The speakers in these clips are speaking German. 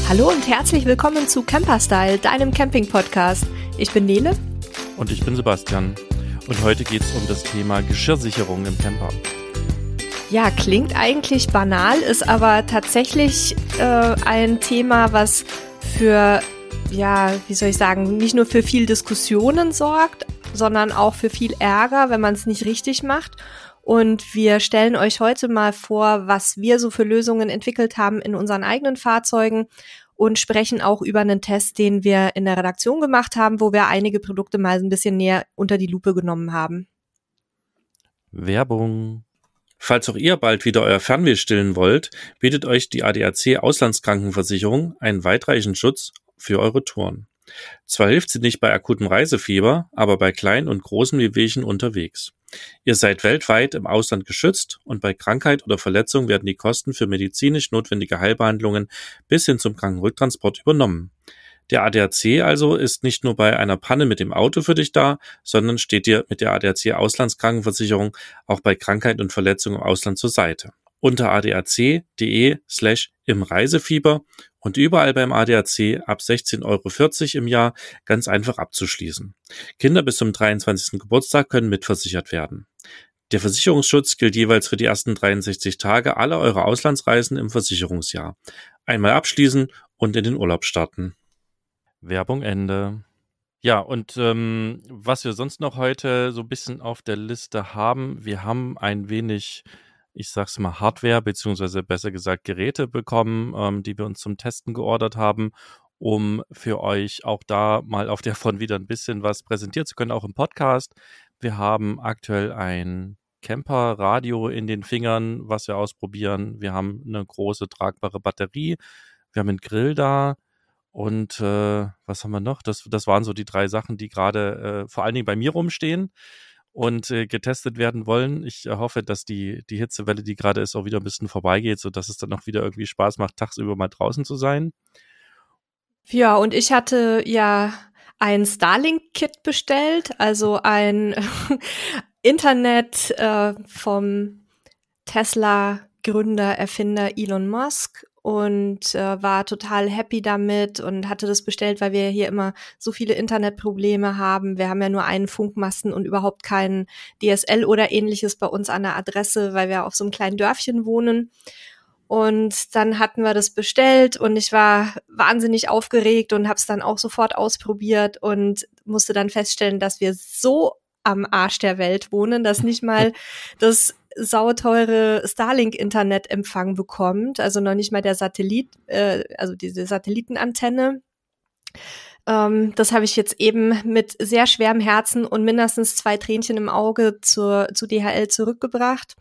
Hallo und herzlich willkommen zu Camperstyle, deinem Camping-Podcast. Ich bin Nele. Und ich bin Sebastian. Und heute geht es um das Thema Geschirrsicherung im Camper. Ja, klingt eigentlich banal, ist aber tatsächlich ein Thema, was für, nicht nur für viel Diskussionen sorgt, sondern auch für viel Ärger, wenn man es nicht richtig macht. Und wir stellen euch heute mal vor, was wir so für Lösungen entwickelt haben in unseren eigenen Fahrzeugen und sprechen auch über einen Test, den wir in der Redaktion gemacht haben, wo wir einige Produkte mal ein bisschen näher unter die Lupe genommen haben. Werbung. Falls auch ihr bald wieder euer Fernweh stillen wollt, bietet euch die ADAC Auslandskrankenversicherung einen weitreichenden Schutz für eure Touren. Zwar hilft sie nicht bei akutem Reisefieber, aber bei kleinen und großen Wehwehchen unterwegs. Ihr seid weltweit im Ausland geschützt und bei Krankheit oder Verletzung werden die Kosten für medizinisch notwendige Heilbehandlungen bis hin zum Krankenrücktransport übernommen. Der ADAC also ist nicht nur bei einer Panne mit dem Auto für dich da, sondern steht dir mit der ADAC Auslandskrankenversicherung auch bei Krankheit und Verletzung im Ausland zur Seite. Unter adac.de/im Reisefieber und überall beim ADAC ab 16,40 € im Jahr ganz einfach abzuschließen. Kinder bis zum 23. Geburtstag können mitversichert werden. Der Versicherungsschutz gilt jeweils für die ersten 63 Tage aller eurer Auslandsreisen im Versicherungsjahr. Einmal abschließen und in den Urlaub starten. Werbung Ende. Ja, und was wir sonst noch heute so ein bisschen auf der Liste haben, wir haben ein wenig, ich sag's mal, Hardware beziehungsweise besser gesagt Geräte bekommen, die wir uns zum Testen geordert haben, um für euch auch da mal auf der Front wieder ein bisschen was präsentieren zu können, auch im Podcast. Wir haben aktuell ein Camper-Radio in den Fingern, was wir ausprobieren. Wir haben eine große tragbare Batterie. Wir haben einen Grill da. Und was haben wir noch? Das waren so die 3 Sachen, die gerade vor allen Dingen bei mir rumstehen und getestet werden wollen. Ich hoffe, dass die Hitzewelle, die gerade ist, auch wieder ein bisschen vorbeigeht, sodass es dann auch wieder irgendwie Spaß macht, tagsüber mal draußen zu sein. Ja, und ich hatte ja ein Starlink-Kit bestellt, also ein Internet vom Tesla-Gründer, Erfinder Elon Musk. Und war total happy damit und hatte das bestellt, weil wir hier immer so viele Internetprobleme haben. Wir haben ja nur einen Funkmasten und überhaupt keinen DSL oder ähnliches bei uns an der Adresse, weil wir auf so einem kleinen Dörfchen wohnen. Und dann hatten wir das bestellt und ich war wahnsinnig aufgeregt und habe es dann auch sofort ausprobiert und musste dann feststellen, dass wir so am Arsch der Welt wohnen, dass nicht mal das sauteure Starlink-Internetempfang bekommt, also noch nicht mal der Satellit, also diese Satellitenantenne. Das habe ich jetzt eben mit sehr schwerem Herzen und mindestens 2 Tränchen im Auge zu DHL zurückgebracht.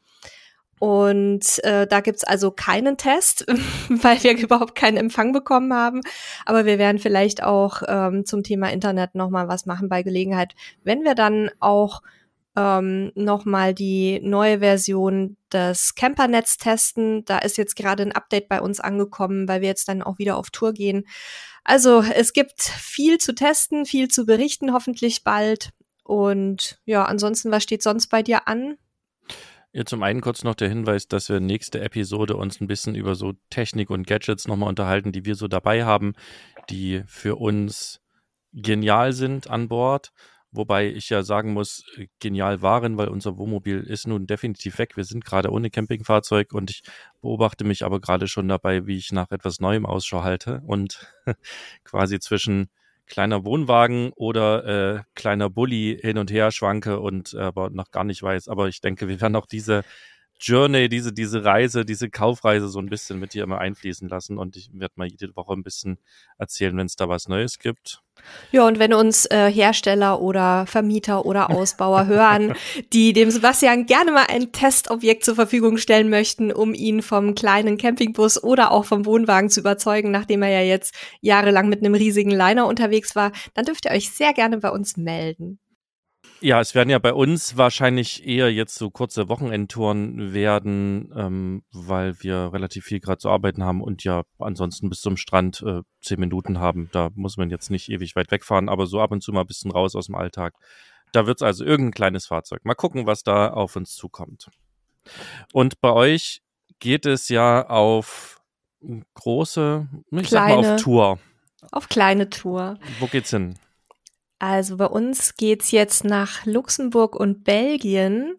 Und da gibt's also keinen Test, weil wir überhaupt keinen Empfang bekommen haben. Aber wir werden vielleicht auch zum Thema Internet nochmal was machen bei Gelegenheit, wenn wir dann auch nochmal die neue Version des Campernetz testen. Da ist jetzt gerade ein Update bei uns angekommen, weil wir jetzt dann auch wieder auf Tour gehen. Also es gibt viel zu testen, viel zu berichten, hoffentlich bald. Und ja, ansonsten, was steht sonst bei dir an? Ja, zum einen kurz noch der Hinweis, dass wir nächste Episode uns ein bisschen über so Technik und Gadgets nochmal unterhalten, die wir so dabei haben, die für uns genial sind an Bord. Wobei ich ja sagen muss, genial waren, weil unser Wohnmobil ist nun definitiv weg. Wir sind gerade ohne Campingfahrzeug und ich beobachte mich aber gerade schon dabei, wie ich nach etwas Neuem Ausschau halte und quasi zwischen kleiner Wohnwagen oder kleiner Bulli hin und her schwanke und aber noch gar nicht weiß. Aber ich denke, wir werden auch diese Journey, diese Reise, diese Kaufreise so ein bisschen mit dir immer einfließen lassen und ich werde mal jede Woche ein bisschen erzählen, wenn es da was Neues gibt. Ja, und wenn uns Hersteller oder Vermieter oder Ausbauer hören, die dem Sebastian gerne mal ein Testobjekt zur Verfügung stellen möchten, um ihn vom kleinen Campingbus oder auch vom Wohnwagen zu überzeugen, nachdem er ja jetzt jahrelang mit einem riesigen Liner unterwegs war, dann dürft ihr euch sehr gerne bei uns melden. Ja, es werden ja bei uns wahrscheinlich eher jetzt so kurze Wochenendtouren werden, weil wir relativ viel gerade zu arbeiten haben und ja ansonsten bis zum Strand 10 Minuten haben. Da muss man jetzt nicht ewig weit wegfahren, aber so ab und zu mal ein bisschen raus aus dem Alltag. Da wird's also irgendein kleines Fahrzeug. Mal gucken, was da auf uns zukommt. Und bei euch geht es ja auf große, ich sag mal auf Tour. Auf kleine Tour. Wo geht's hin? Also bei uns geht's jetzt nach Luxemburg und Belgien.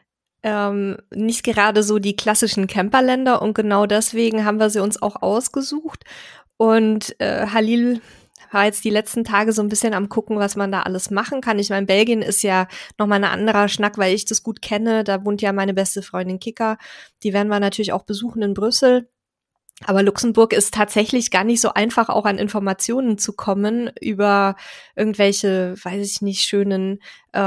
Nicht gerade so die klassischen Camperländer und genau deswegen haben wir sie uns auch ausgesucht. Und Halil war jetzt die letzten Tage so ein bisschen am gucken, was man da alles machen kann. Ich meine, Belgien ist ja nochmal ein anderer Schnack, weil ich das gut kenne. Da wohnt ja meine beste Freundin Kika. Die werden wir natürlich auch besuchen in Brüssel. Aber Luxemburg ist tatsächlich gar nicht so einfach, auch an Informationen zu kommen über irgendwelche, weiß ich nicht, schönen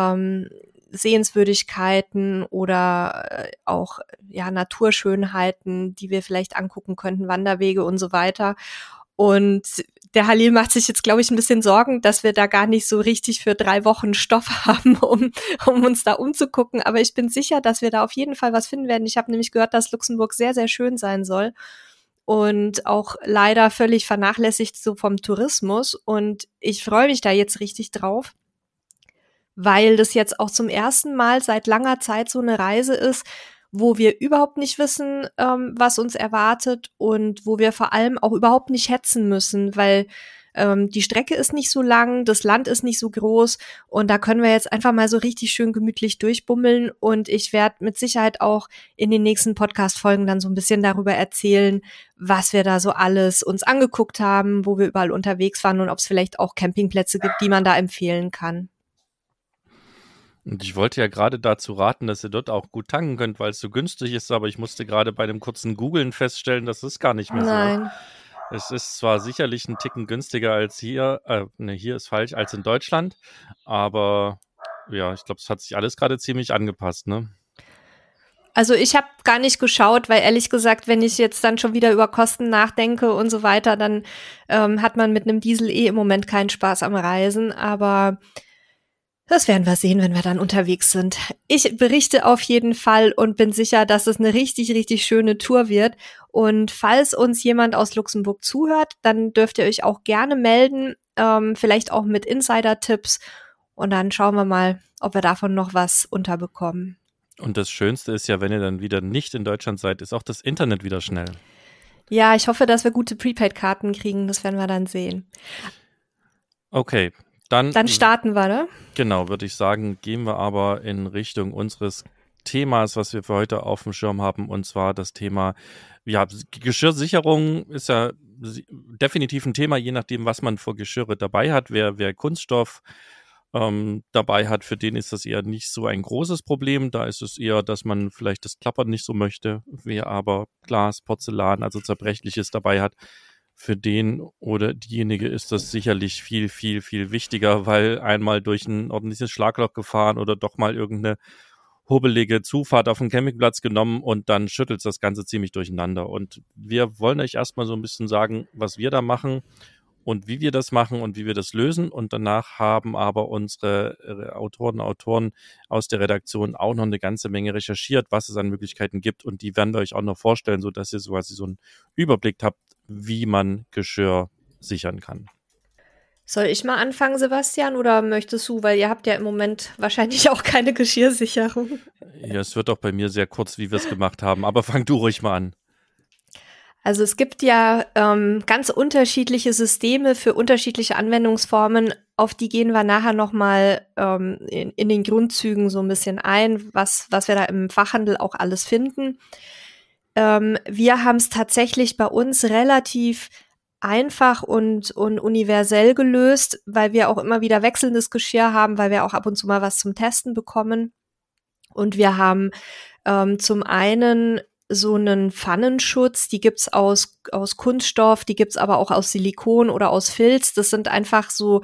Sehenswürdigkeiten oder auch ja Naturschönheiten, die wir vielleicht angucken könnten, Wanderwege und so weiter. Und der Halil macht sich jetzt, glaube ich, ein bisschen Sorgen, dass wir da gar nicht so richtig für 3 Wochen Stoff haben, um uns da umzugucken. Aber ich bin sicher, dass wir da auf jeden Fall was finden werden. Ich habe nämlich gehört, dass Luxemburg sehr, sehr schön sein soll und auch leider völlig vernachlässigt so vom Tourismus. Und ich freue mich da jetzt richtig drauf, weil das jetzt auch zum ersten Mal seit langer Zeit so eine Reise ist, wo wir überhaupt nicht wissen, was uns erwartet und wo wir vor allem auch überhaupt nicht hetzen müssen, weil die Strecke ist nicht so lang, das Land ist nicht so groß und da können wir jetzt einfach mal so richtig schön gemütlich durchbummeln und ich werde mit Sicherheit auch in den nächsten Podcast-Folgen dann so ein bisschen darüber erzählen, was wir da so alles uns angeguckt haben, wo wir überall unterwegs waren und ob es vielleicht auch Campingplätze gibt, die man da empfehlen kann. Und ich wollte ja gerade dazu raten, dass ihr dort auch gut tanken könnt, weil es so günstig ist, aber ich musste gerade bei dem kurzen Googlen feststellen, das ist gar nicht mehr Nein. so. Es ist zwar sicherlich ein Ticken günstiger als hier, hier ist falsch, als in Deutschland, aber ja, ich glaube, es hat sich alles gerade ziemlich angepasst, ne? Also ich habe gar nicht geschaut, weil ehrlich gesagt, wenn ich jetzt dann schon wieder über Kosten nachdenke und so weiter, dann hat man mit einem Diesel im Moment keinen Spaß am Reisen, aber das werden wir sehen, wenn wir dann unterwegs sind. Ich berichte auf jeden Fall und bin sicher, dass es eine richtig, richtig schöne Tour wird. Und falls uns jemand aus Luxemburg zuhört, dann dürft ihr euch auch gerne melden, vielleicht auch mit Insider-Tipps. Und dann schauen wir mal, ob wir davon noch was unterbekommen. Und das Schönste ist ja, wenn ihr dann wieder nicht in Deutschland seid, ist auch das Internet wieder schnell. Ja, ich hoffe, dass wir gute Prepaid-Karten kriegen. Das werden wir dann sehen. Okay. Dann starten wir, ne? Genau, würde ich sagen, gehen wir aber in Richtung unseres Themas, was wir für heute auf dem Schirm haben, und zwar das Thema, ja, Geschirrsicherung ist ja definitiv ein Thema, je nachdem, was man für Geschirre dabei hat. Wer Kunststoff dabei hat, für den ist das eher nicht so ein großes Problem. Da ist es eher, dass man vielleicht das Klappern nicht so möchte. Wer aber Glas, Porzellan, also Zerbrechliches dabei hat, für den oder diejenige ist das sicherlich viel, viel, viel wichtiger, weil einmal durch ein ordentliches Schlagloch gefahren oder doch mal irgendeine hubbelige Zufahrt auf dem Campingplatz genommen und dann schüttelt das Ganze ziemlich durcheinander. Und wir wollen euch erstmal so ein bisschen sagen, was wir da machen und wie wir das machen und wie wir das lösen. Und danach haben aber unsere Autoren aus der Redaktion auch noch eine ganze Menge recherchiert, was es an Möglichkeiten gibt. Und die werden wir euch auch noch vorstellen, sodass ihr so quasi so einen Überblick habt, wie man Geschirr sichern kann. Soll ich mal anfangen, Sebastian, oder möchtest du? Weil ihr habt ja im Moment wahrscheinlich auch keine Geschirrsicherung. Ja, es wird auch bei mir sehr kurz, wie wir es gemacht haben. Aber fang du ruhig mal an. Also es gibt ja ganz unterschiedliche Systeme für unterschiedliche Anwendungsformen. Auf die gehen wir nachher nochmal in den Grundzügen so ein bisschen ein, was wir da im Fachhandel auch alles finden. Wir haben es tatsächlich bei uns relativ einfach und universell gelöst, weil wir auch immer wieder wechselndes Geschirr haben, weil wir auch ab und zu mal was zum Testen bekommen. Und wir haben zum einen so einen Pfannenschutz, die gibt's aus Kunststoff, die gibt's aber auch aus Silikon oder aus Filz. Das sind einfach so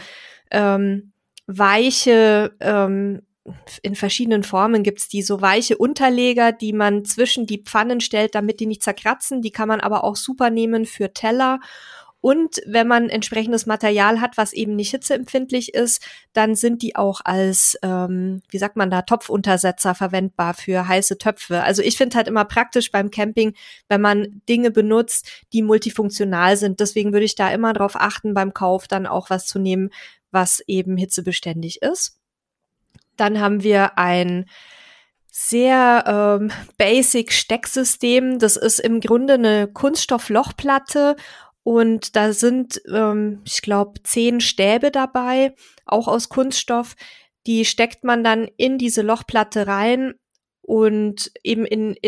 weiche, in verschiedenen Formen gibt's die, so weiche Unterleger, die man zwischen die Pfannen stellt, damit die nicht zerkratzen. Die kann man aber auch super nehmen für Teller. Und wenn man entsprechendes Material hat, was eben nicht hitzeempfindlich ist, dann sind die auch als, wie sagt man da, Topfuntersetzer verwendbar für heiße Töpfe. Also ich finde halt immer praktisch beim Camping, wenn man Dinge benutzt, die multifunktional sind. Deswegen würde ich da immer drauf achten, beim Kauf dann auch was zu nehmen, was eben hitzebeständig ist. Dann haben wir ein sehr basic Stecksystem. Das ist im Grunde eine Kunststofflochplatte und da sind, ich glaube, 10 Stäbe dabei, auch aus Kunststoff. Die steckt man dann in diese Lochplatte rein und eben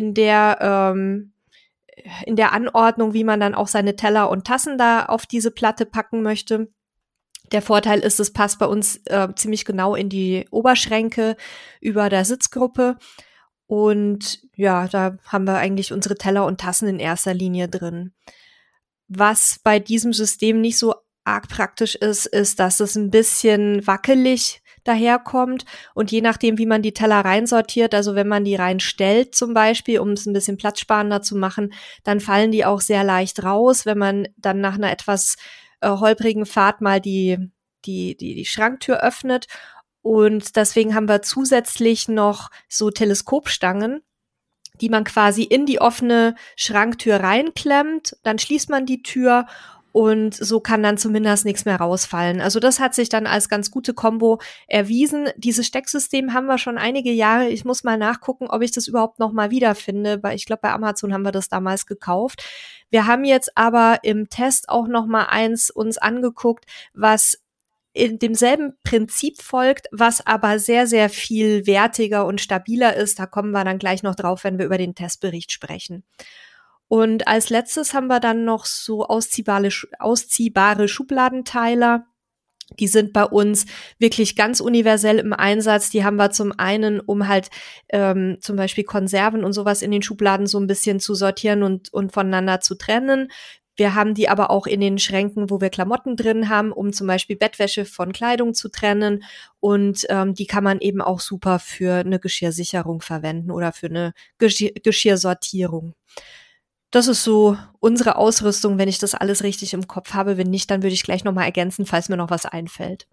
in der Anordnung, wie man dann auch seine Teller und Tassen da auf diese Platte packen möchte. Der Vorteil ist, es passt bei uns ziemlich genau in die Oberschränke über der Sitzgruppe. Und ja, da haben wir eigentlich unsere Teller und Tassen in erster Linie drin. Was bei diesem System nicht so arg praktisch ist, ist, dass es ein bisschen wackelig daherkommt und je nachdem, wie man die Teller reinsortiert, also wenn man die reinstellt zum Beispiel, um es ein bisschen platzsparender zu machen, dann fallen die auch sehr leicht raus, wenn man dann nach einer etwas holprigen Fahrt mal die Schranktür öffnet. Und deswegen haben wir zusätzlich noch so Teleskopstangen, die man quasi in die offene Schranktür reinklemmt, dann schließt man die Tür und so kann dann zumindest nichts mehr rausfallen. Also das hat sich dann als ganz gute Kombo erwiesen. Dieses Stecksystem haben wir schon einige Jahre. Ich muss mal nachgucken, ob ich das überhaupt noch mal wiederfinde, weil ich glaube, bei Amazon haben wir das damals gekauft. Wir haben jetzt aber im Test auch noch mal eins uns angeguckt, was in demselben Prinzip folgt, was aber sehr, sehr viel wertiger und stabiler ist. Da kommen wir dann gleich noch drauf, wenn wir über den Testbericht sprechen. Und als letztes haben wir dann noch so ausziehbare Schubladenteiler. Die sind bei uns wirklich ganz universell im Einsatz. Die haben wir zum einen, um halt zum Beispiel Konserven und sowas in den Schubladen so ein bisschen zu sortieren und voneinander zu trennen. Wir haben die aber auch in den Schränken, wo wir Klamotten drin haben, um zum Beispiel Bettwäsche von Kleidung zu trennen. Und die kann man eben auch super für eine Geschirrsicherung verwenden oder für eine Geschirrsortierung. Das ist so unsere Ausrüstung, wenn ich das alles richtig im Kopf habe. Wenn nicht, dann würde ich gleich nochmal ergänzen, falls mir noch was einfällt.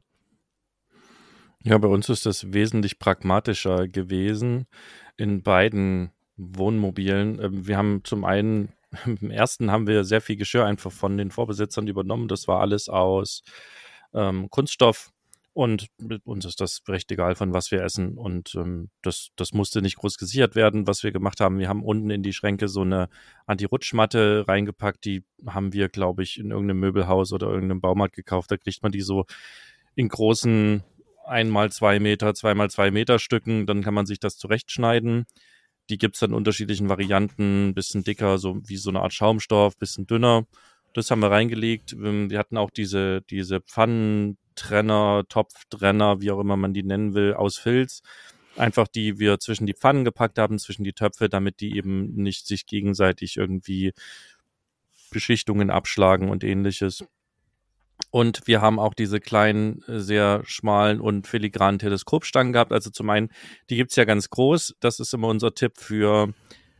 Ja, bei uns ist das wesentlich pragmatischer gewesen in beiden Wohnmobilen. Wir haben zum einen, im ersten haben wir sehr viel Geschirr einfach von den Vorbesitzern übernommen. Das war alles aus Kunststoff und mit uns ist das recht egal, von was wir essen. Und das musste nicht groß gesichert werden, was wir gemacht haben. Wir haben unten in die Schränke so eine Anti-Rutschmatte reingepackt. Die haben wir, glaube ich, in irgendeinem Möbelhaus oder irgendeinem Baumarkt gekauft. Da kriegt man die so in großen 1x2 Meter, 2x2 Meter Stücken, dann kann man sich das zurechtschneiden. Die gibt's dann in unterschiedlichen Varianten, bisschen dicker, so wie so eine Art Schaumstoff, bisschen dünner. Das haben wir reingelegt. Wir hatten auch diese Pfannentrenner, Topftrenner, wie auch immer man die nennen will, aus Filz. Einfach die wir zwischen die Pfannen gepackt haben, zwischen die Töpfe, damit die eben nicht sich gegenseitig irgendwie Beschichtungen abschlagen und ähnliches. Und wir haben auch diese kleinen, sehr schmalen und filigranen Teleskopstangen gehabt. Also zum einen, die gibt's ja ganz groß. Das ist immer unser Tipp für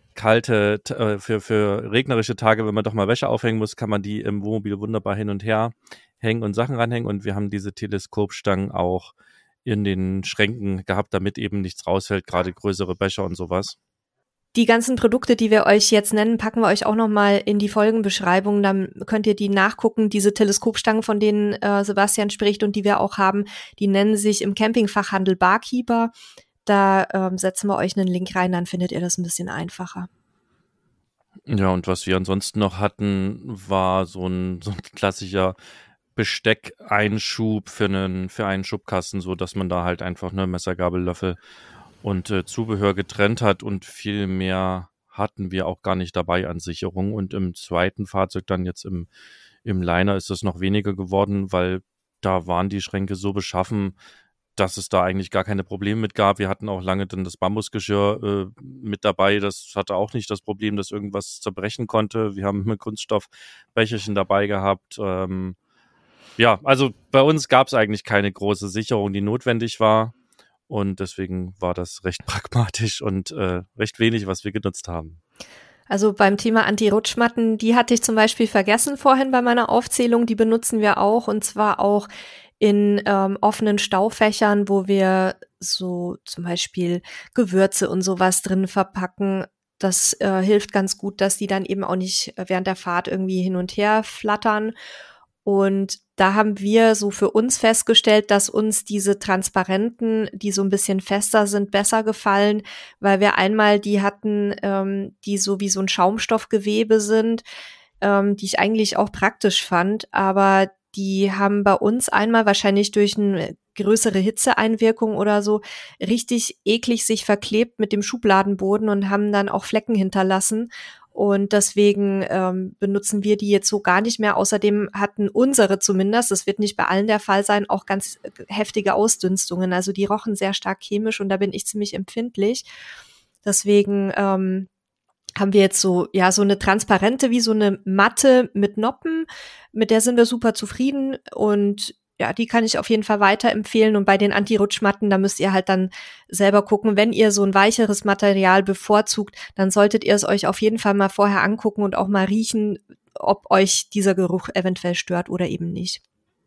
für regnerische Tage, wenn man doch mal Wäsche aufhängen muss, kann man die im Wohnmobil wunderbar hin und her hängen und Sachen ranhängen. Und wir haben diese Teleskopstangen auch in den Schränken gehabt, damit eben nichts rausfällt, gerade größere Becher und sowas. Die ganzen Produkte, die wir euch jetzt nennen, packen wir euch auch nochmal in die Folgenbeschreibung. Dann könnt ihr die nachgucken. Diese Teleskopstangen, von denen Sebastian spricht und die wir auch haben, die nennen sich im Campingfachhandel Barkeeper. Da setzen wir euch einen Link rein, dann findet ihr das ein bisschen einfacher. Ja, und was wir ansonsten noch hatten, war so ein klassischer Besteckeinschub für einen Schubkasten, so dass man da halt einfach Messer, Gabel, Löffel und Zubehör getrennt hat und viel mehr hatten wir auch gar nicht dabei an Sicherung. Und im zweiten Fahrzeug dann jetzt im Liner ist das noch weniger geworden, weil da waren die Schränke so beschaffen, dass es da eigentlich gar keine Probleme mit gab. Wir hatten auch lange dann das Bambusgeschirr mit dabei. Das hatte auch nicht das Problem, dass irgendwas zerbrechen konnte. Wir haben ein Kunststoffbecherchen dabei gehabt. Ja, also bei uns gab es eigentlich keine große Sicherung, die notwendig war. Und deswegen war das recht pragmatisch und recht wenig, was wir genutzt haben. Also beim Thema Anti-Rutschmatten, die hatte ich zum Beispiel vergessen vorhin bei meiner Aufzählung. Die benutzen wir auch und zwar auch in offenen Staufächern, wo wir so zum Beispiel Gewürze und sowas drin verpacken. Das hilft ganz gut, dass die dann eben auch nicht während der Fahrt irgendwie hin und her flattern. Und da haben wir so für uns festgestellt, dass uns diese transparenten, die so ein bisschen fester sind, besser gefallen, weil wir einmal die hatten, die so wie so ein Schaumstoffgewebe sind, die ich eigentlich auch praktisch fand, aber die haben bei uns einmal wahrscheinlich durch eine größere Hitzeeinwirkung oder so richtig eklig sich verklebt mit dem Schubladenboden und haben dann auch Flecken hinterlassen. Und deswegen benutzen wir die jetzt so gar nicht mehr. Außerdem hatten unsere zumindest, das wird nicht bei allen der Fall sein, auch ganz heftige Ausdünstungen. Also die rochen sehr stark chemisch und da bin ich ziemlich empfindlich. Deswegen haben wir jetzt so, ja, so eine transparente, wie so eine Matte mit Noppen, mit der sind wir super zufrieden und ja, die kann ich auf jeden Fall weiterempfehlen. Und bei den Anti-Rutschmatten, da müsst ihr halt dann selber gucken, wenn ihr so ein weicheres Material bevorzugt, dann solltet ihr es euch auf jeden Fall mal vorher angucken und auch mal riechen, ob euch dieser Geruch eventuell stört oder eben nicht.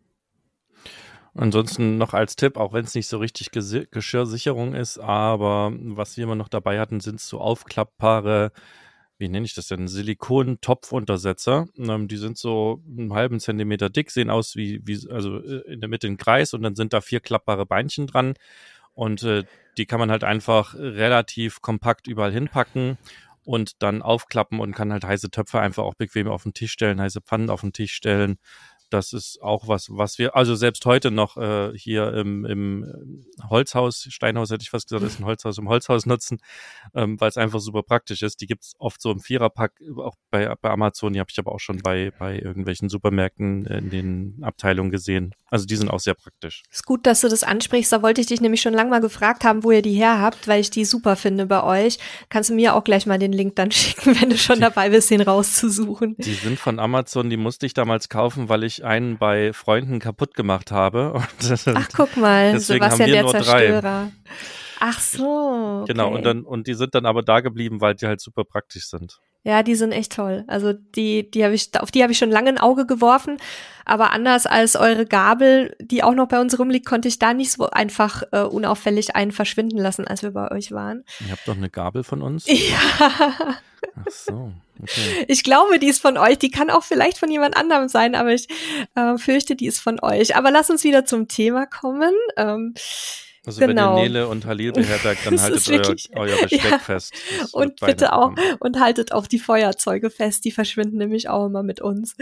Ansonsten noch als Tipp, auch wenn es nicht so richtig Geschirrsicherung ist, aber was wir immer noch dabei hatten, sind so aufklappbare, wie nenne ich das denn, Silikon-Topfuntersetzer. Die sind so einen halben Zentimeter dick, sehen aus wie also in der Mitte ein Kreis und dann sind da 4 klappbare Beinchen dran und die kann man halt einfach relativ kompakt überall hinpacken und dann aufklappen und kann halt heiße Töpfe einfach auch bequem auf den Tisch stellen, heiße Pfannen auf den Tisch stellen. Das ist auch was wir, also selbst heute noch hier im Holzhaus, Steinhaus hätte ich fast gesagt, ist ein Holzhaus, im Holzhaus nutzen, weil es einfach super praktisch ist. Die gibt's oft so im Viererpack, auch bei Amazon, die habe ich aber auch schon bei irgendwelchen Supermärkten in den Abteilungen gesehen. Also die sind auch sehr praktisch. Ist gut, dass du das ansprichst. Da wollte ich dich nämlich schon lange mal gefragt haben, wo ihr die her habt, weil ich die super finde bei euch. Kannst du mir auch gleich mal den Link dann schicken, wenn du schon dabei bist, den rauszusuchen. Die sind von Amazon, die musste ich damals kaufen, weil ich einen bei Freunden kaputt gemacht habe. Ach, guck mal, Sebastian der Zerstörer. 3. Ach so. Okay. Genau, und die sind dann aber da geblieben, weil die halt super praktisch sind. Ja, die sind echt toll. Also auf die habe ich schon lange ein Auge geworfen, aber anders als eure Gabel, die auch noch bei uns rumliegt, konnte ich da nicht so einfach unauffällig einen verschwinden lassen, als wir bei euch waren. Ihr habt doch eine Gabel von uns? Ja. Ach so, okay. Ich glaube, die ist von euch. Die kann auch vielleicht von jemand anderem sein, aber ich fürchte, die ist von euch. Aber lass uns wieder zum Thema kommen. Also genau. wenn ihr Nele und Halil beherbergt, dann haltet euer Besteck fest. Und bitte auch, und haltet auch die Feuerzeuge fest, die verschwinden nämlich auch immer mit uns.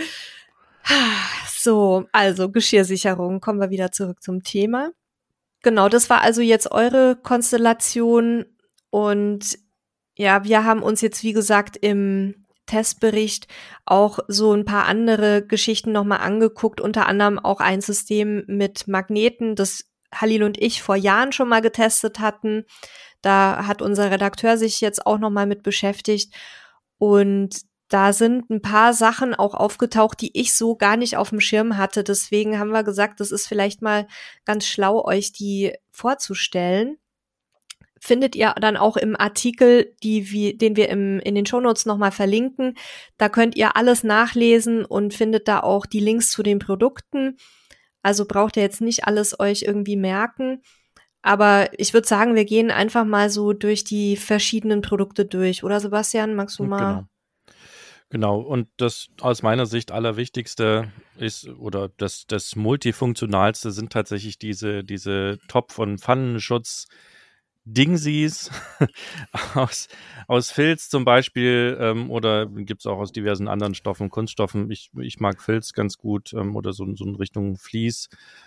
So, also Geschirrsicherung, kommen wir wieder zurück zum Thema. Genau, das war also jetzt eure Konstellation und ja, wir haben uns jetzt, wie gesagt, im Testbericht auch so ein paar andere Geschichten nochmal angeguckt, unter anderem auch ein System mit Magneten, das Halil und ich vor Jahren schon mal getestet hatten. Da hat unser Redakteur sich jetzt auch nochmal mit beschäftigt und da sind ein paar Sachen auch aufgetaucht, die ich so gar nicht auf dem Schirm hatte. Deswegen haben wir gesagt, das ist vielleicht mal ganz schlau, euch die vorzustellen. Findet ihr dann auch im Artikel, den wir in den Shownotes nochmal verlinken. Da könnt ihr alles nachlesen und findet da auch die Links zu den Produkten. Also braucht ihr jetzt nicht alles euch irgendwie merken. Aber ich würde sagen, wir gehen einfach mal so durch die verschiedenen Produkte durch. Oder Sebastian, magst du mal? Genau. Und das aus meiner Sicht Allerwichtigste ist, oder das Multifunktionalste sind tatsächlich diese Topf- und Pfannenschutz Dingsies aus Filz zum Beispiel oder gibt's auch aus diversen anderen Stoffen, Kunststoffen. Ich mag Filz ganz gut oder so in Richtung Vlies,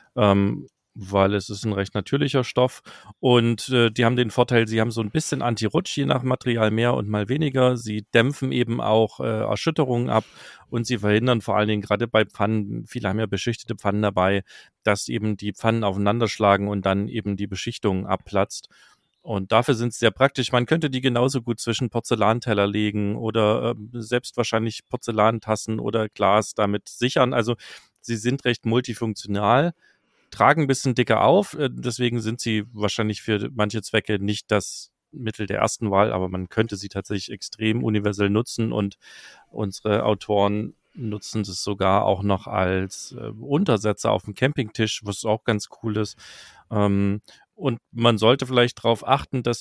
weil es ist ein recht natürlicher Stoff und die haben den Vorteil, sie haben so ein bisschen Anti-Rutsch, je nach Material mehr und mal weniger. Sie dämpfen eben auch Erschütterungen ab und sie verhindern vor allen Dingen gerade bei Pfannen, viele haben ja beschichtete Pfannen dabei, dass eben die Pfannen aufeinanderschlagen und dann eben die Beschichtung abplatzt. Und dafür sind sie sehr praktisch. Man könnte die genauso gut zwischen Porzellanteller legen oder selbst wahrscheinlich Porzellantassen oder Glas damit sichern. Also sie sind recht multifunktional, tragen ein bisschen dicker auf. Deswegen sind sie wahrscheinlich für manche Zwecke nicht das Mittel der ersten Wahl, aber man könnte sie tatsächlich extrem universell nutzen und unsere Autoren nutzen das sogar auch noch als Untersetzer auf dem Campingtisch, was auch ganz cool ist. Und man sollte vielleicht darauf achten, dass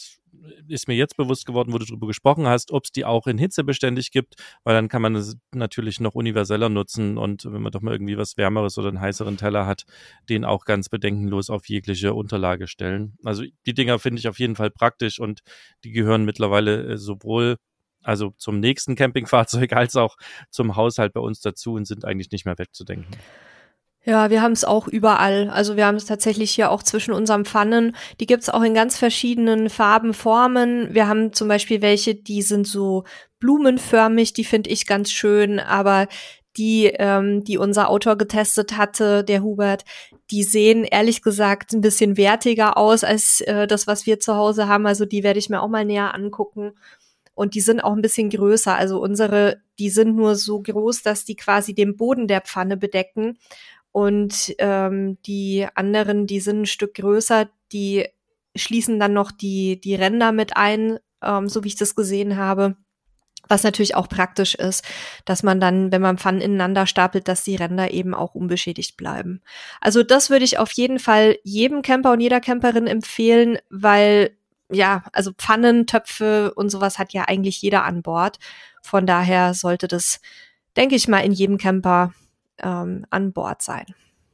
ist mir jetzt bewusst geworden, wo du drüber gesprochen hast, ob es die auch in Hitze beständig gibt, weil dann kann man es natürlich noch universeller nutzen und wenn man doch mal irgendwie was Wärmeres oder einen heißeren Teller hat, den auch ganz bedenkenlos auf jegliche Unterlage stellen. Also die Dinger finde ich auf jeden Fall praktisch und die gehören mittlerweile sowohl also zum nächsten Campingfahrzeug als auch zum Haushalt bei uns dazu und sind eigentlich nicht mehr wegzudenken. Ja, wir haben es auch überall. Also wir haben es tatsächlich hier auch zwischen unseren Pfannen. Die gibt's auch in ganz verschiedenen Farben, Formen. Wir haben zum Beispiel welche, die sind so blumenförmig, die finde ich ganz schön, aber die unser Autor getestet hatte, der Hubert, die sehen ehrlich gesagt ein bisschen wertiger aus als das, was wir zu Hause haben. Also die werde ich mir auch mal näher angucken. Und die sind auch ein bisschen größer. Also unsere, die sind nur so groß, dass die quasi den Boden der Pfanne bedecken. Und die anderen, die sind ein Stück größer, die schließen dann noch die Ränder mit ein, so wie ich das gesehen habe. Was natürlich auch praktisch ist, dass man dann, wenn man Pfannen ineinander stapelt, dass die Ränder eben auch unbeschädigt bleiben. Also das würde ich auf jeden Fall jedem Camper und jeder Camperin empfehlen, weil ja, also Pfannen, Töpfe und sowas hat ja eigentlich jeder an Bord. Von daher sollte das, denke ich mal, in jedem Camper an Bord sein.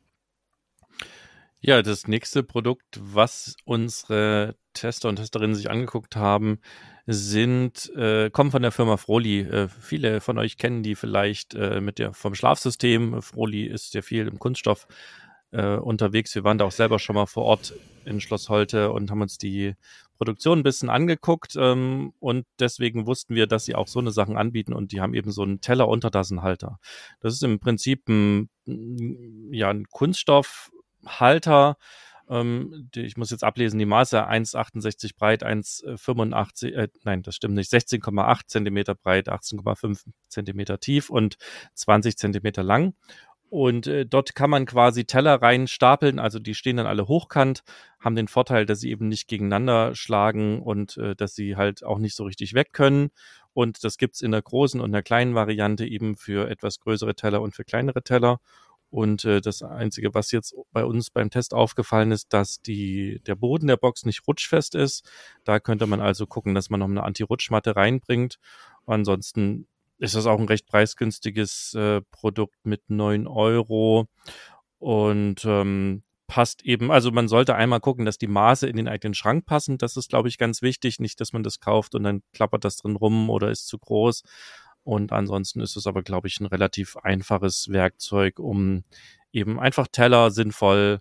Ja, das nächste Produkt, was unsere Tester und Testerinnen sich angeguckt haben, kommen von der Firma Froli. Viele von euch kennen die vielleicht vom Schlafsystem. Froli ist sehr viel im Kunststoff unterwegs. Wir waren da auch selber schon mal vor Ort in Schloss Holte und haben uns die Produktion ein bisschen angeguckt und deswegen wussten wir, dass sie auch so eine Sachen anbieten und die haben eben so einen Teller-Untertassenhalter. Das ist im Prinzip ein Kunststoffhalter. Ich muss jetzt ablesen, die Maße 1,68 breit, 1,85, nein, das stimmt nicht, 16,8 Zentimeter breit, 18,5 Zentimeter tief und 20 Zentimeter lang. Und dort kann man quasi Teller rein stapeln, also die stehen dann alle hochkant, haben den Vorteil, dass sie eben nicht gegeneinander schlagen und dass sie halt auch nicht so richtig weg können. Und das gibt's in der großen und der kleinen Variante eben für etwas größere Teller und für kleinere Teller. Und das Einzige, was jetzt bei uns beim Test aufgefallen ist, dass der Boden der Box nicht rutschfest ist. Da könnte man also gucken, dass man noch eine Anti-Rutschmatte reinbringt. Ansonsten ist das auch ein recht preisgünstiges Produkt mit 9 Euro und passt eben, also man sollte einmal gucken, dass die Maße in den eigenen Schrank passen. Das ist, glaube ich, ganz wichtig. Nicht, dass man das kauft und dann klappert das drin rum oder ist zu groß. Und ansonsten ist es aber, glaube ich, ein relativ einfaches Werkzeug, um eben einfach Teller sinnvoll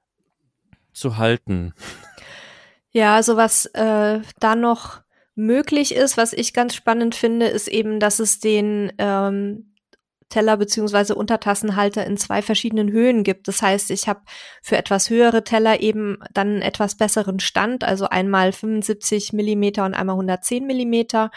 zu halten. Ja, also was da noch möglich ist, was ich ganz spannend finde, ist eben, dass es den Teller beziehungsweise Untertassenhalter in 2 verschiedenen Höhen gibt. Das heißt, ich habe für etwas höhere Teller eben dann einen etwas besseren Stand, also einmal 75 Millimeter und einmal 110 Millimeter.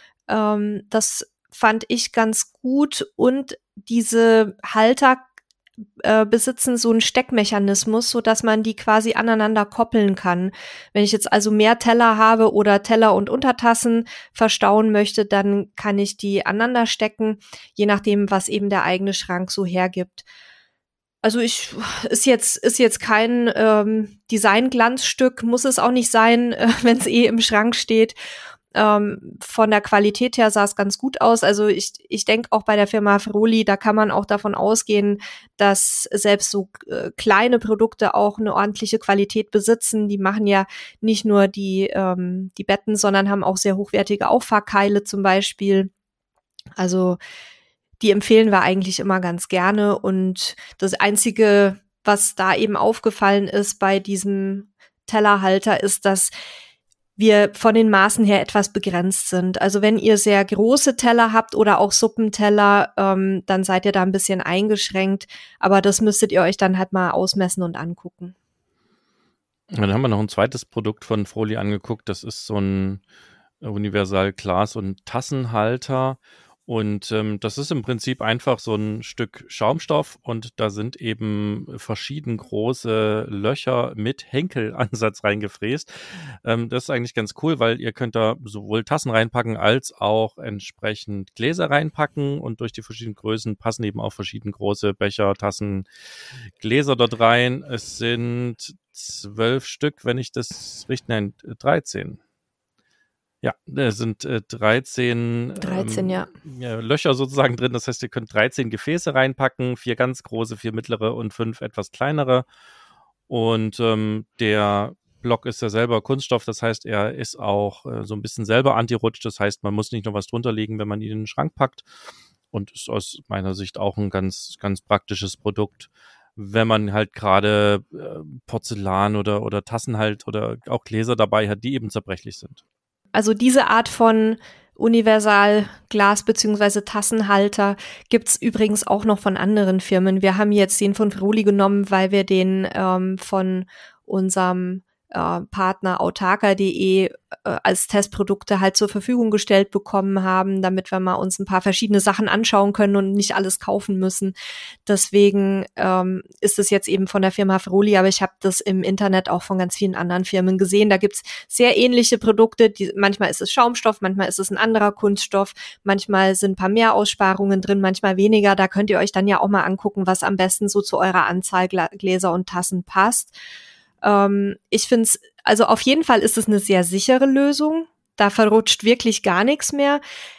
Das fand ich ganz gut und diese Halter besitzen so einen Steckmechanismus, so dass man die quasi aneinander koppeln kann. Wenn ich jetzt also mehr Teller habe oder Teller und Untertassen verstauen möchte, dann kann ich die aneinander stecken, je nachdem, was eben der eigene Schrank so hergibt. Also ist jetzt kein Designglanzstück, muss es auch nicht sein, wenn es im Schrank steht. Von der Qualität her sah es ganz gut aus. Also ich denke auch bei der Firma Froli, da kann man auch davon ausgehen, dass selbst so kleine Produkte auch eine ordentliche Qualität besitzen. Die machen ja nicht nur die Betten, sondern haben auch sehr hochwertige Auffahrkeile zum Beispiel. Also die empfehlen wir eigentlich immer ganz gerne. Und das Einzige, was da eben aufgefallen ist bei diesem Tellerhalter, ist, dass wir von den Maßen her etwas begrenzt sind. Also wenn ihr sehr große Teller habt oder auch Suppenteller, dann seid ihr da ein bisschen eingeschränkt. Aber das müsstet ihr euch dann halt mal ausmessen und angucken. Dann haben wir noch ein zweites Produkt von Froli angeguckt. Das ist so ein Universal Glas- und Tassenhalter. Und das ist im Prinzip einfach so ein Stück Schaumstoff und da sind eben verschieden große Löcher mit Henkelansatz reingefräst. Das ist eigentlich ganz cool, weil ihr könnt da sowohl Tassen reinpacken als auch entsprechend Gläser reinpacken und durch die verschiedenen Größen passen eben auch verschieden große Becher, Tassen, Gläser dort rein. Es sind 12 Stück, wenn ich das richtig, nein, 13. Ja, da sind 13, 13, ja. Löcher sozusagen drin. Das heißt, ihr könnt 13 Gefäße reinpacken, 4 ganz große, 4 mittlere und 5 etwas kleinere. Und der Block ist ja selber Kunststoff, das heißt, er ist auch so ein bisschen selber anti-rutsch. Das heißt, man muss nicht noch was drunter legen, wenn man ihn in den Schrank packt. Und ist aus meiner Sicht auch ein ganz, ganz praktisches Produkt, wenn man halt gerade Porzellan oder Tassen halt oder auch Gläser dabei hat, die eben zerbrechlich sind. Also diese Art von Universal-Glas- bzw. Tassenhalter gibt's übrigens auch noch von anderen Firmen. Wir haben jetzt den von Froli genommen, weil wir den von unserem Partner autarka.de als Testprodukte halt zur Verfügung gestellt bekommen haben, damit wir mal uns ein paar verschiedene Sachen anschauen können und nicht alles kaufen müssen. Deswegen ist es jetzt eben von der Firma Froli, aber ich habe das im Internet auch von ganz vielen anderen Firmen gesehen. Da gibt's sehr ähnliche Produkte. Manchmal ist es Schaumstoff, manchmal ist es ein anderer Kunststoff, manchmal sind ein paar mehr Aussparungen drin, manchmal weniger. Da könnt ihr euch dann ja auch mal angucken, was am besten so zu eurer Anzahl Gläser und Tassen passt. Ich finde es, also auf jeden Fall ist es eine sehr sichere Lösung. Da verrutscht wirklich gar nichts mehr.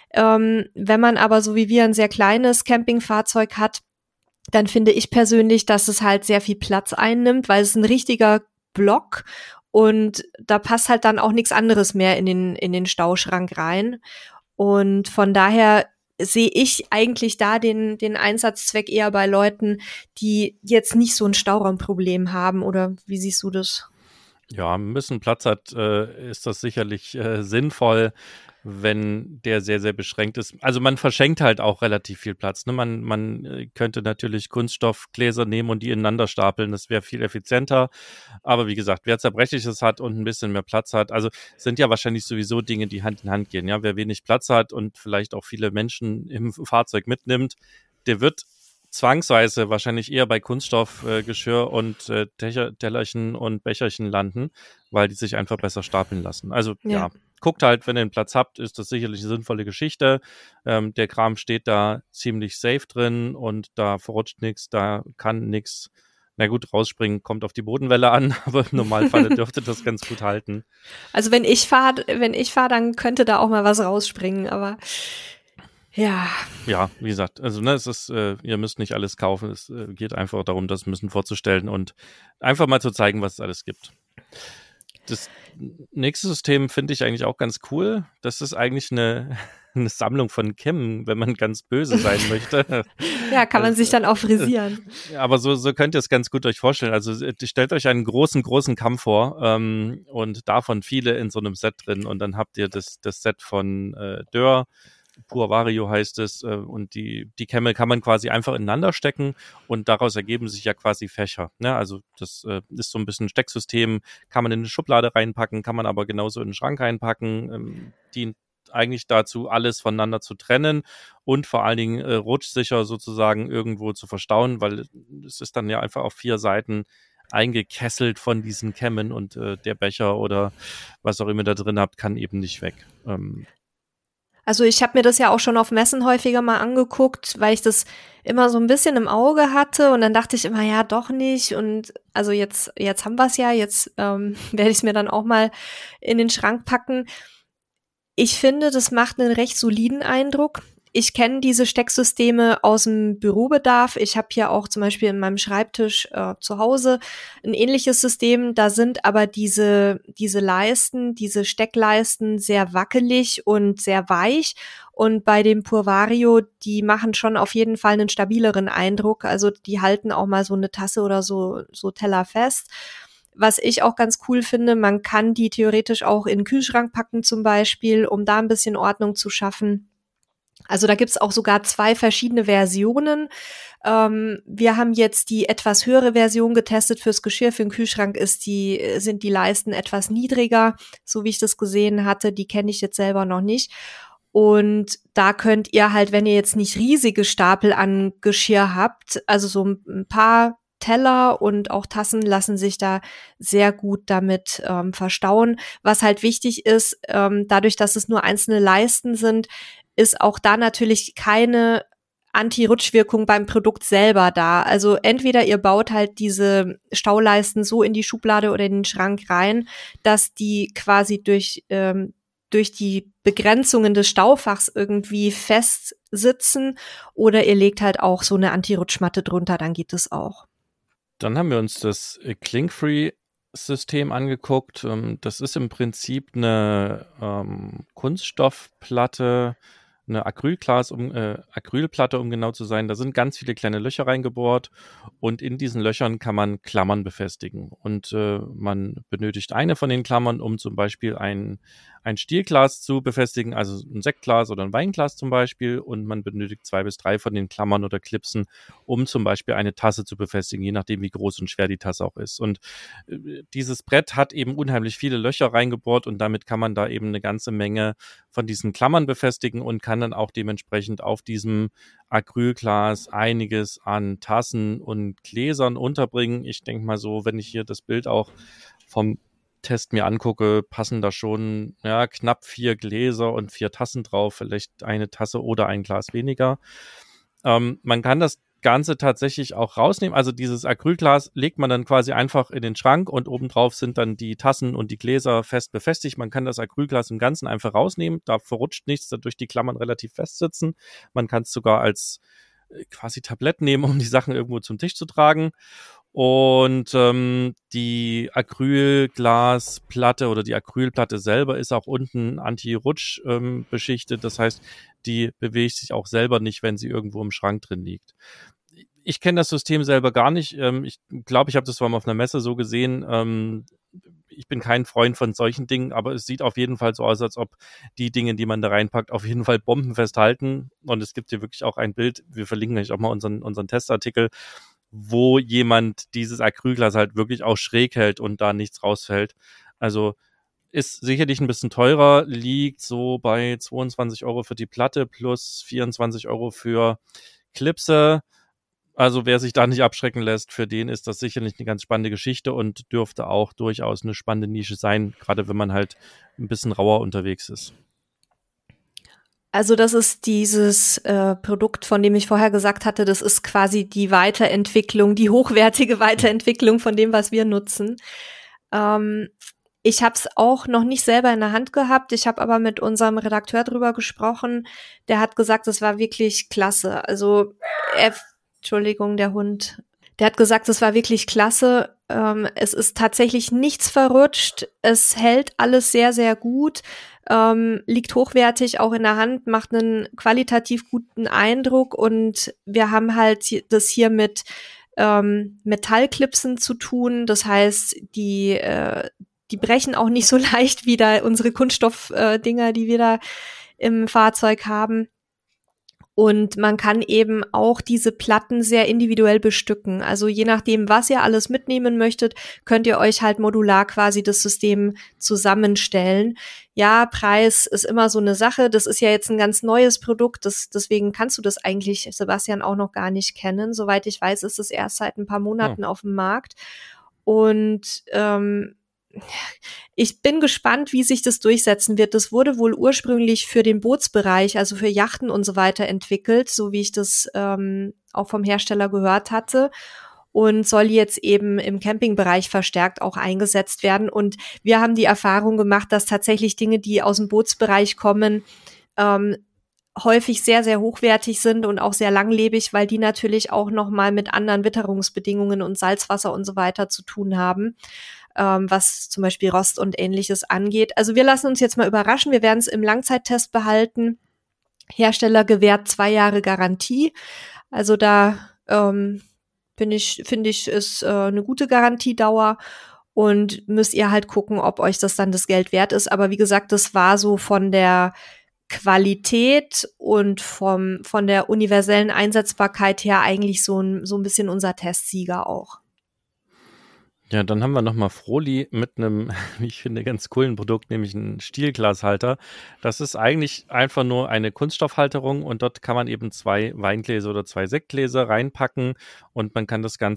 Wenn man aber so wie wir ein sehr kleines Campingfahrzeug hat, dann finde ich persönlich, dass es halt sehr viel Platz einnimmt, weil es ein richtiger Block und da passt halt dann auch nichts anderes mehr in den Stauschrank rein. Und von daher sehe ich eigentlich da den Einsatzzweck eher bei Leuten, die jetzt nicht so ein Stauraumproblem haben. Oder wie siehst du das? Ja, ein bisschen Platz hat, ist das sicherlich sinnvoll, wenn der sehr, sehr beschränkt ist. Also man verschenkt halt auch relativ viel Platz. Ne? Man könnte natürlich Kunststoffgläser nehmen und die ineinander stapeln. Das wäre viel effizienter. Aber wie gesagt, wer Zerbrechliches hat und ein bisschen mehr Platz hat, also sind ja wahrscheinlich sowieso Dinge, die Hand in Hand gehen. Ja, wer wenig Platz hat und vielleicht auch viele Menschen im Fahrzeug mitnimmt, der wird zwangsweise wahrscheinlich eher bei Kunststoffgeschirr und Tellerchen und Becherchen landen, weil die sich einfach besser stapeln lassen. Also ja, guckt halt, wenn ihr einen Platz habt, ist das sicherlich eine sinnvolle Geschichte. Der Kram steht da ziemlich safe drin und da verrutscht nichts, da kann nichts. Na gut, rausspringen kommt auf die Bodenwelle an, aber im Normalfall dürfte das ganz gut halten. Also wenn ich fahr, dann könnte da auch mal was rausspringen, aber ja. Ja, wie gesagt, also es ist, ihr müsst nicht alles kaufen. Es geht einfach darum, das ein bisschen vorzustellen und einfach mal zu zeigen, was es alles gibt. Das nächste System finde ich eigentlich auch ganz cool. Das ist eigentlich eine Sammlung von Kämmen, wenn man ganz böse sein möchte. Ja, kann man sich dann auch frisieren. Aber so könnt ihr es ganz gut euch vorstellen. Also stellt euch einen großen Kamm vor und davon viele in so einem Set drin und dann habt ihr das Set von Dörr. Pur Vario heißt es und die Kämme kann man quasi einfach ineinander stecken und daraus ergeben sich ja quasi Fächer. Ne? Also das ist so ein bisschen ein Stecksystem, kann man in eine Schublade reinpacken, kann man aber genauso in den Schrank reinpacken, dient eigentlich dazu, alles voneinander zu trennen und vor allen Dingen rutschsicher sozusagen irgendwo zu verstauen, weil es ist dann ja einfach auf 4 Seiten eingekesselt von diesen Kämmen und der Becher oder was auch immer da drin habt, kann eben nicht weg. Also ich habe mir das ja auch schon auf Messen häufiger mal angeguckt, weil ich das immer so ein bisschen im Auge hatte und dann dachte ich immer, ja, doch nicht. Und also jetzt haben wir es ja, jetzt werde ich es mir dann auch mal in den Schrank packen. Ich finde, das macht einen recht soliden Eindruck. Ich kenne diese Stecksysteme aus dem Bürobedarf. Ich habe hier auch zum Beispiel in meinem Schreibtisch zu Hause ein ähnliches System. Da sind aber diese Leisten, diese Steckleisten sehr wackelig und sehr weich. Und bei dem Pur Vario, die machen schon auf jeden Fall einen stabileren Eindruck. Also die halten auch mal so eine Tasse oder so Teller fest. Was ich auch ganz cool finde, man kann die theoretisch auch in den Kühlschrank packen zum Beispiel, um da ein bisschen Ordnung zu schaffen. Also da gibt's auch sogar 2 verschiedene Versionen. Wir haben jetzt die etwas höhere Version getestet fürs Geschirr. Für den Kühlschrank sind die Leisten etwas niedriger, so wie ich das gesehen hatte. Die kenne ich jetzt selber noch nicht. Und da könnt ihr halt, wenn ihr jetzt nicht riesige Stapel an Geschirr habt, also so ein paar Teller und auch Tassen lassen sich da sehr gut damit verstauen. Was halt wichtig ist, dadurch, dass es nur einzelne Leisten sind, ist auch da natürlich keine Anti-Rutschwirkung beim Produkt selber da. Also entweder ihr baut halt diese Stauleisten so in die Schublade oder in den Schrank rein, dass die quasi durch durch die Begrenzungen des Staufachs irgendwie festsitzen, oder ihr legt halt auch so eine Anti-Rutschmatte drunter, dann geht es auch. Dann haben wir uns das Cling-Free-System angeguckt. Das ist im Prinzip eine Kunststoffplatte, eine Acrylplatte, um genau zu sein. Da sind ganz viele kleine Löcher reingebohrt und in diesen Löchern kann man Klammern befestigen. Und man benötigt eine von den Klammern, um zum Beispiel ein Stielglas zu befestigen, also ein Sektglas oder ein Weinglas zum Beispiel. Und man benötigt 2 bis 3 von den Klammern oder Clipsen, um zum Beispiel eine Tasse zu befestigen, je nachdem, wie groß und schwer die Tasse auch ist. Und dieses Brett hat eben unheimlich viele Löcher reingebohrt und damit kann man da eben eine ganze Menge von diesen Klammern befestigen und kann dann auch dementsprechend auf diesem Acrylglas einiges an Tassen und Gläsern unterbringen. Ich denke mal so, wenn ich hier das Bild auch vom Test mir angucke, passen da schon knapp 4 Gläser und 4 Tassen drauf, vielleicht eine Tasse oder ein Glas weniger. Man kann das Ganze tatsächlich auch rausnehmen. Also dieses Acrylglas legt man dann quasi einfach in den Schrank und obendrauf sind dann die Tassen und die Gläser fest befestigt. Man kann das Acrylglas im Ganzen einfach rausnehmen. Da verrutscht nichts, dadurch die Klammern relativ fest sitzen. Man kann es sogar als quasi Tablett nehmen, um die Sachen irgendwo zum Tisch zu tragen. Und die Acrylglasplatte oder die Acrylplatte selber ist auch unten anti-rutsch beschichtet. Das heißt, die bewegt sich auch selber nicht, wenn sie irgendwo im Schrank drin liegt. Ich kenne das System selber gar nicht. Ich glaube, ich habe das zwar mal auf einer Messe so gesehen. Ich bin kein Freund von solchen Dingen, aber es sieht auf jeden Fall so aus, als ob die Dinge, die man da reinpackt, auf jeden Fall bombenfest halten. Und es gibt hier wirklich auch ein Bild, wir verlinken euch auch mal unseren Testartikel, wo jemand dieses Acrylglas halt wirklich auch schräg hält und da nichts rausfällt. Also ist sicherlich ein bisschen teurer, liegt so bei 22 Euro für die Platte plus 24 Euro für Clipse. Also wer sich da nicht abschrecken lässt, für den ist das sicherlich eine ganz spannende Geschichte und dürfte auch durchaus eine spannende Nische sein, gerade wenn man halt ein bisschen rauer unterwegs ist. Also das ist dieses Produkt, von dem ich vorher gesagt hatte, das ist quasi die Weiterentwicklung, die hochwertige Weiterentwicklung von dem, was wir nutzen. Ich habe es auch noch nicht selber in der Hand gehabt. Ich habe aber mit unserem Redakteur drüber gesprochen. Der hat gesagt, es war wirklich klasse. Also, Entschuldigung, der Hund. Der hat gesagt, es war wirklich klasse. Es ist tatsächlich nichts verrutscht. Es hält alles sehr, sehr gut. Liegt hochwertig auch in der Hand, macht einen qualitativ guten Eindruck. Und wir haben halt das hier mit Metallclipsen zu tun. Das heißt, die brechen auch nicht so leicht wie da unsere Kunststoffdinger, die wir da im Fahrzeug haben. Und man kann eben auch diese Platten sehr individuell bestücken. Also je nachdem, was ihr alles mitnehmen möchtet, könnt ihr euch halt modular quasi das System zusammenstellen. Ja, Preis ist immer so eine Sache. Das ist ja jetzt ein ganz neues Produkt. Deswegen kannst du das eigentlich, Sebastian, auch noch gar nicht kennen. Soweit ich weiß, ist es erst seit ein paar Monaten auf dem Markt. Und ich bin gespannt, wie sich das durchsetzen wird. Das wurde wohl ursprünglich für den Bootsbereich, also für Yachten und so weiter entwickelt, so wie ich das auch vom Hersteller gehört hatte, und soll jetzt eben im Campingbereich verstärkt auch eingesetzt werden. Und wir haben die Erfahrung gemacht, dass tatsächlich Dinge, die aus dem Bootsbereich kommen, häufig sehr, sehr hochwertig sind und auch sehr langlebig, weil die natürlich auch nochmal mit anderen Witterungsbedingungen und Salzwasser und so weiter zu tun haben, was zum Beispiel Rost und Ähnliches angeht. Also wir lassen uns jetzt mal überraschen. Wir werden es im Langzeittest behalten. Hersteller gewährt 2 Jahre Garantie. Also da finde ich, ist eine gute Garantiedauer. Und müsst ihr halt gucken, ob euch das dann das Geld wert ist. Aber wie gesagt, das war so von der Qualität und von der universellen Einsetzbarkeit her eigentlich so ein bisschen unser Testsieger auch. Ja, dann haben wir nochmal Froli mit einem, wie ich finde, ganz coolen Produkt, nämlich einen Stielglashalter. Das ist eigentlich einfach nur eine Kunststoffhalterung und dort kann man eben 2 Weingläser oder 2 Sektgläser reinpacken und man kann das Ganze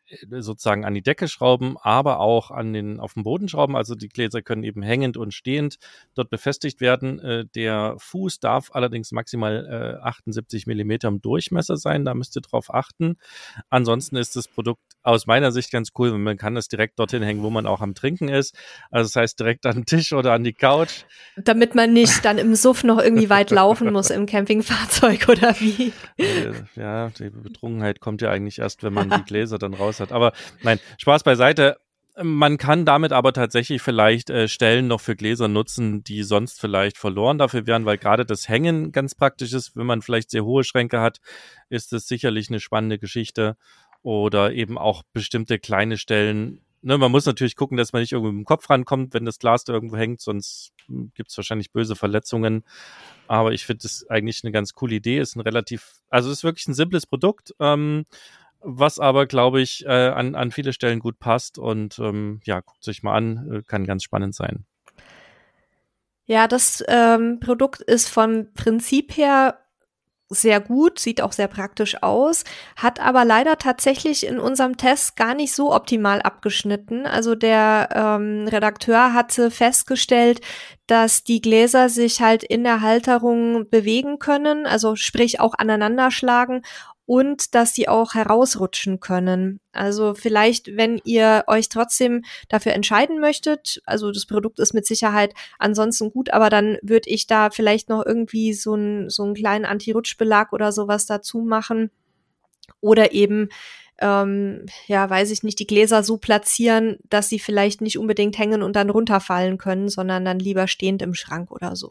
sozusagen an die Decke schrauben, aber auch auf den Boden schrauben. Also die Gläser können eben hängend und stehend dort befestigt werden. Der Fuß darf allerdings maximal 78 Millimeter im Durchmesser sein. Da müsst ihr drauf achten. Ansonsten ist das Produkt aus meiner Sicht ganz cool. Man kann das direkt dorthin hängen, wo man auch am Trinken ist. Also das heißt direkt an den Tisch oder an die Couch. Damit man nicht dann im Suff noch irgendwie weit laufen muss im Campingfahrzeug oder wie? Ja, die Betrunkenheit kommt ja eigentlich erst, wenn man die Gläser dann raus hat. Aber nein, Spaß beiseite. Man kann damit aber tatsächlich vielleicht Stellen noch für Gläser nutzen, die sonst vielleicht verloren dafür wären, weil gerade das Hängen ganz praktisch ist. Wenn man vielleicht sehr hohe Schränke hat, ist das sicherlich eine spannende Geschichte. Oder eben auch bestimmte kleine Stellen. Ne, man muss natürlich gucken, dass man nicht irgendwo mit dem Kopf rankommt, wenn das Glas da irgendwo hängt, sonst gibt es wahrscheinlich böse Verletzungen. Aber ich finde es eigentlich eine ganz coole Idee. Ist ist wirklich ein simples Produkt, was aber, glaube ich, an viele Stellen gut passt. Und guckt es euch mal an, kann ganz spannend sein. Ja, das Produkt ist vom Prinzip her sehr gut, sieht auch sehr praktisch aus, hat aber leider tatsächlich in unserem Test gar nicht so optimal abgeschnitten. Also der Redakteur hatte festgestellt, dass die Gläser sich halt in der Halterung bewegen können, also sprich auch aneinander schlagen und dass die auch herausrutschen können. Also vielleicht, wenn ihr euch trotzdem dafür entscheiden möchtet, also das Produkt ist mit Sicherheit ansonsten gut, aber dann würde ich da vielleicht noch irgendwie so einen kleinen Anti-Rutschbelag oder sowas dazu machen. Oder eben, weiß ich nicht, die Gläser so platzieren, dass sie vielleicht nicht unbedingt hängen und dann runterfallen können, sondern dann lieber stehend im Schrank oder so.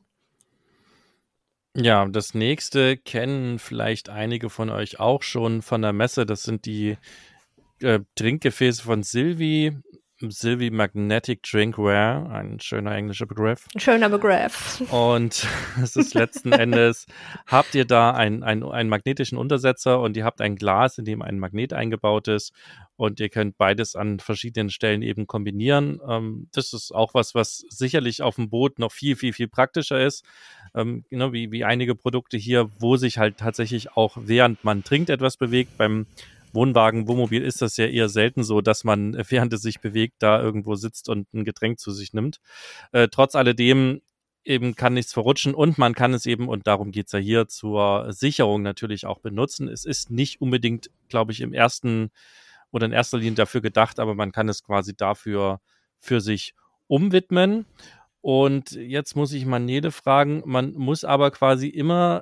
Ja, das nächste kennen vielleicht einige von euch auch schon von der Messe. Das sind die Trinkgefäße von Silvi. Silvi Magnetic Drinkware, ein schöner englischer Begriff. Ein schöner Begriff. Und es ist letzten Endes, habt ihr da einen magnetischen Untersetzer und ihr habt ein Glas, in dem ein Magnet eingebaut ist und ihr könnt beides an verschiedenen Stellen eben kombinieren. Das ist auch was sicherlich auf dem Boot noch viel, viel, viel praktischer ist. Wie einige Produkte hier, wo sich halt tatsächlich auch während man trinkt etwas bewegt. Beim Wohnwagen, Wohnmobil ist das ja eher selten so, dass man, während es sich bewegt, da irgendwo sitzt und ein Getränk zu sich nimmt. Trotz alledem eben kann nichts verrutschen und man kann es eben, und darum geht's ja hier, zur Sicherung natürlich auch benutzen. Es ist nicht unbedingt, glaube ich, in erster Linie dafür gedacht, aber man kann es quasi dafür für sich umwidmen. Und jetzt muss ich Manede fragen, man muss aber quasi immer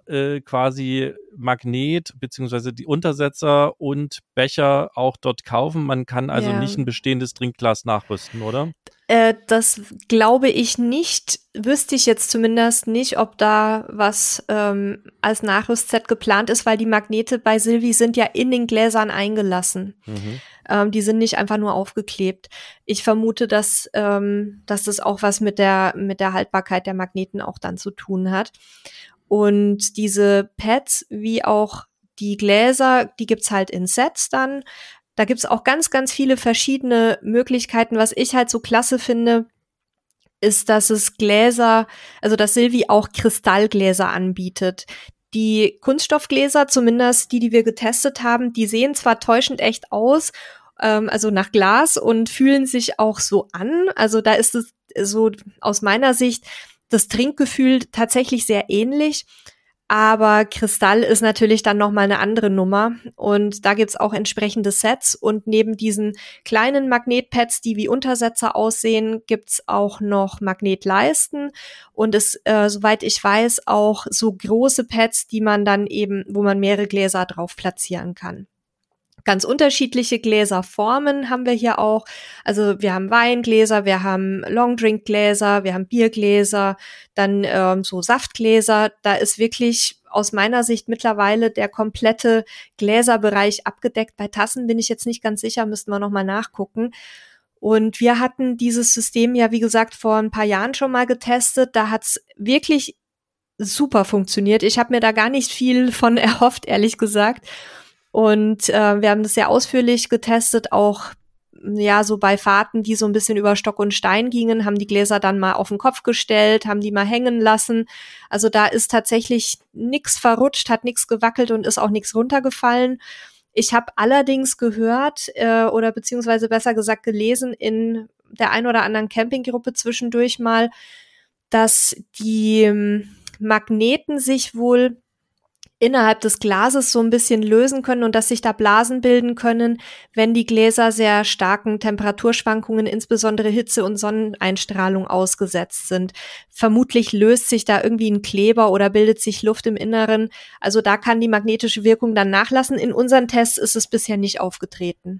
Magnet beziehungsweise die Untersetzer und Becher auch dort kaufen. Man kann also nicht ein bestehendes Trinkglas nachrüsten, oder? Das glaube ich nicht. Wüsste ich jetzt zumindest nicht, ob da was als Nachrüstset geplant ist, weil die Magnete bei Silvi sind ja in den Gläsern eingelassen. Die sind nicht einfach nur aufgeklebt. Ich vermute, dass das auch was mit der Haltbarkeit der Magneten auch dann zu tun hat. Und diese Pads wie auch die Gläser, die gibt's halt in Sets dann. Da gibt's auch ganz, ganz viele verschiedene Möglichkeiten. Was ich halt so klasse finde, ist, dass dass Silvi auch Kristallgläser anbietet. Die Kunststoffgläser, zumindest die wir getestet haben, die sehen zwar täuschend echt aus, also nach Glas und fühlen sich auch so an. Also da ist es so aus meiner Sicht das Trinkgefühl tatsächlich sehr ähnlich. Aber Kristall ist natürlich dann noch mal eine andere Nummer und da gibt's auch entsprechende Sets und neben diesen kleinen Magnetpads, die wie Untersetzer aussehen, gibt's auch noch Magnetleisten und soweit ich weiß, auch so große Pads, die man dann eben, wo man mehrere Gläser drauf platzieren kann. Ganz unterschiedliche Gläserformen haben wir hier auch. Also wir haben Weingläser, wir haben Longdrinkgläser, wir haben Biergläser, dann so Saftgläser. Da ist wirklich aus meiner Sicht mittlerweile der komplette Gläserbereich abgedeckt. Bei Tassen bin ich jetzt nicht ganz sicher, müssten wir noch mal nachgucken. Und wir hatten dieses System ja, wie gesagt, vor ein paar Jahren schon mal getestet. Da hat's wirklich super funktioniert. Ich habe mir da gar nicht viel von erhofft, ehrlich gesagt. Und wir haben das sehr ausführlich getestet, auch so bei Fahrten, die so ein bisschen über Stock und Stein gingen, haben die Gläser dann mal auf den Kopf gestellt, haben die mal hängen lassen. Also da ist tatsächlich nichts verrutscht, hat nichts gewackelt und ist auch nichts runtergefallen. Ich habe allerdings gehört oder beziehungsweise besser gesagt gelesen in der ein oder anderen Campinggruppe zwischendurch mal, dass die Magneten sich wohl innerhalb des Glases so ein bisschen lösen können und dass sich da Blasen bilden können, wenn die Gläser sehr starken Temperaturschwankungen, insbesondere Hitze und Sonneneinstrahlung ausgesetzt sind. Vermutlich löst sich da irgendwie ein Kleber oder bildet sich Luft im Inneren. Also da kann die magnetische Wirkung dann nachlassen. In unseren Tests ist es bisher nicht aufgetreten.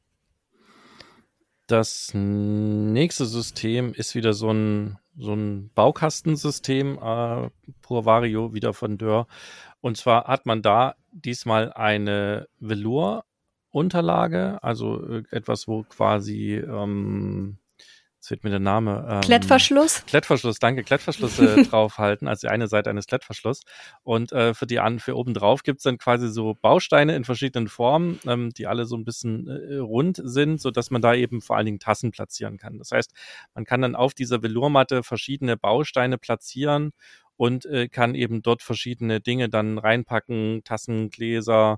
Das nächste System ist wieder so ein Baukastensystem, Pur Vario, wieder von Dörr. Und zwar hat man da diesmal eine Velour-Unterlage, also etwas, wo quasi, jetzt fehlt mir der Name. Klettverschluss? Klettverschluss, danke, Klettverschluss draufhalten, also die eine Seite eines Klettverschlusses. Und für oben drauf gibt's dann quasi so Bausteine in verschiedenen Formen, die alle so ein bisschen rund sind, sodass man da eben vor allen Dingen Tassen platzieren kann. Das heißt, man kann dann auf dieser Velourmatte verschiedene Bausteine platzieren und kann eben dort verschiedene Dinge dann reinpacken, Tassen, Gläser,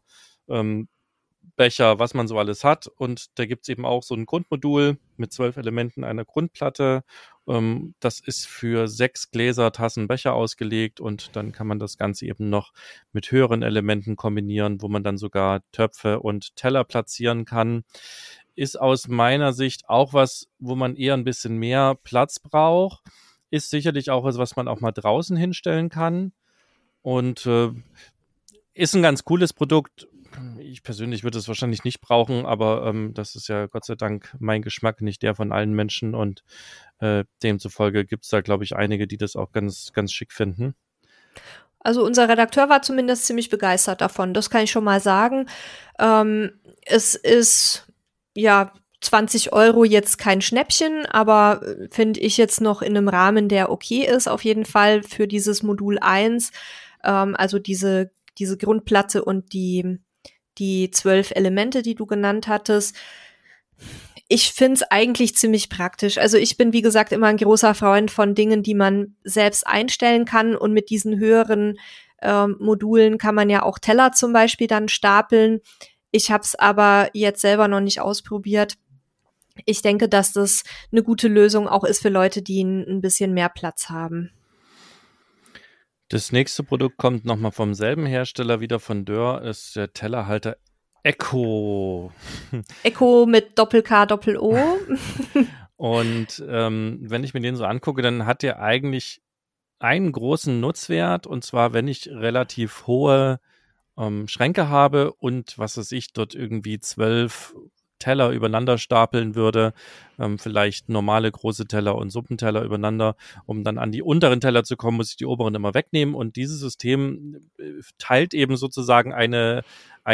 Becher, was man so alles hat. Und da gibt's eben auch so ein Grundmodul mit 12 Elementen einer Grundplatte. Das ist für 6 Gläser, Tassen, Becher ausgelegt und dann kann man das Ganze eben noch mit höheren Elementen kombinieren, wo man dann sogar Töpfe und Teller platzieren kann. Ist aus meiner Sicht auch was, wo man eher ein bisschen mehr Platz braucht. Ist sicherlich auch was man auch mal draußen hinstellen kann und ist ein ganz cooles Produkt. Ich persönlich würde es wahrscheinlich nicht brauchen, aber das ist ja Gott sei Dank mein Geschmack, nicht der von allen Menschen und demzufolge gibt es da, glaube ich, einige, die das auch ganz, ganz schick finden. Also unser Redakteur war zumindest ziemlich begeistert davon, das kann ich schon mal sagen. Es ist ja 20 € jetzt kein Schnäppchen, aber finde ich jetzt noch in einem Rahmen, der okay ist, auf jeden Fall für dieses Modul 1, also diese Grundplatte und die 12 Elemente, die du genannt hattest. Ich finde es eigentlich ziemlich praktisch. Also ich bin, wie gesagt, immer ein großer Freund von Dingen, die man selbst einstellen kann. Und mit diesen höheren Modulen kann man ja auch Teller zum Beispiel dann stapeln. Ich habe es aber jetzt selber noch nicht ausprobiert. Ich denke, dass das eine gute Lösung auch ist für Leute, die ein bisschen mehr Platz haben. Das nächste Produkt kommt nochmal vom selben Hersteller, wieder von Dörr, ist der Tellerhalter Echo. Echo mit Doppel-K, Doppel-O. Und wenn ich mir den so angucke, dann hat der eigentlich einen großen Nutzwert, und zwar, wenn ich relativ hohe Schränke habe und was weiß ich, dort irgendwie 12 Teller übereinander stapeln würde, vielleicht normale große Teller und Suppenteller übereinander, um dann an die unteren Teller zu kommen, muss ich die oberen immer wegnehmen und dieses System teilt eben sozusagen einen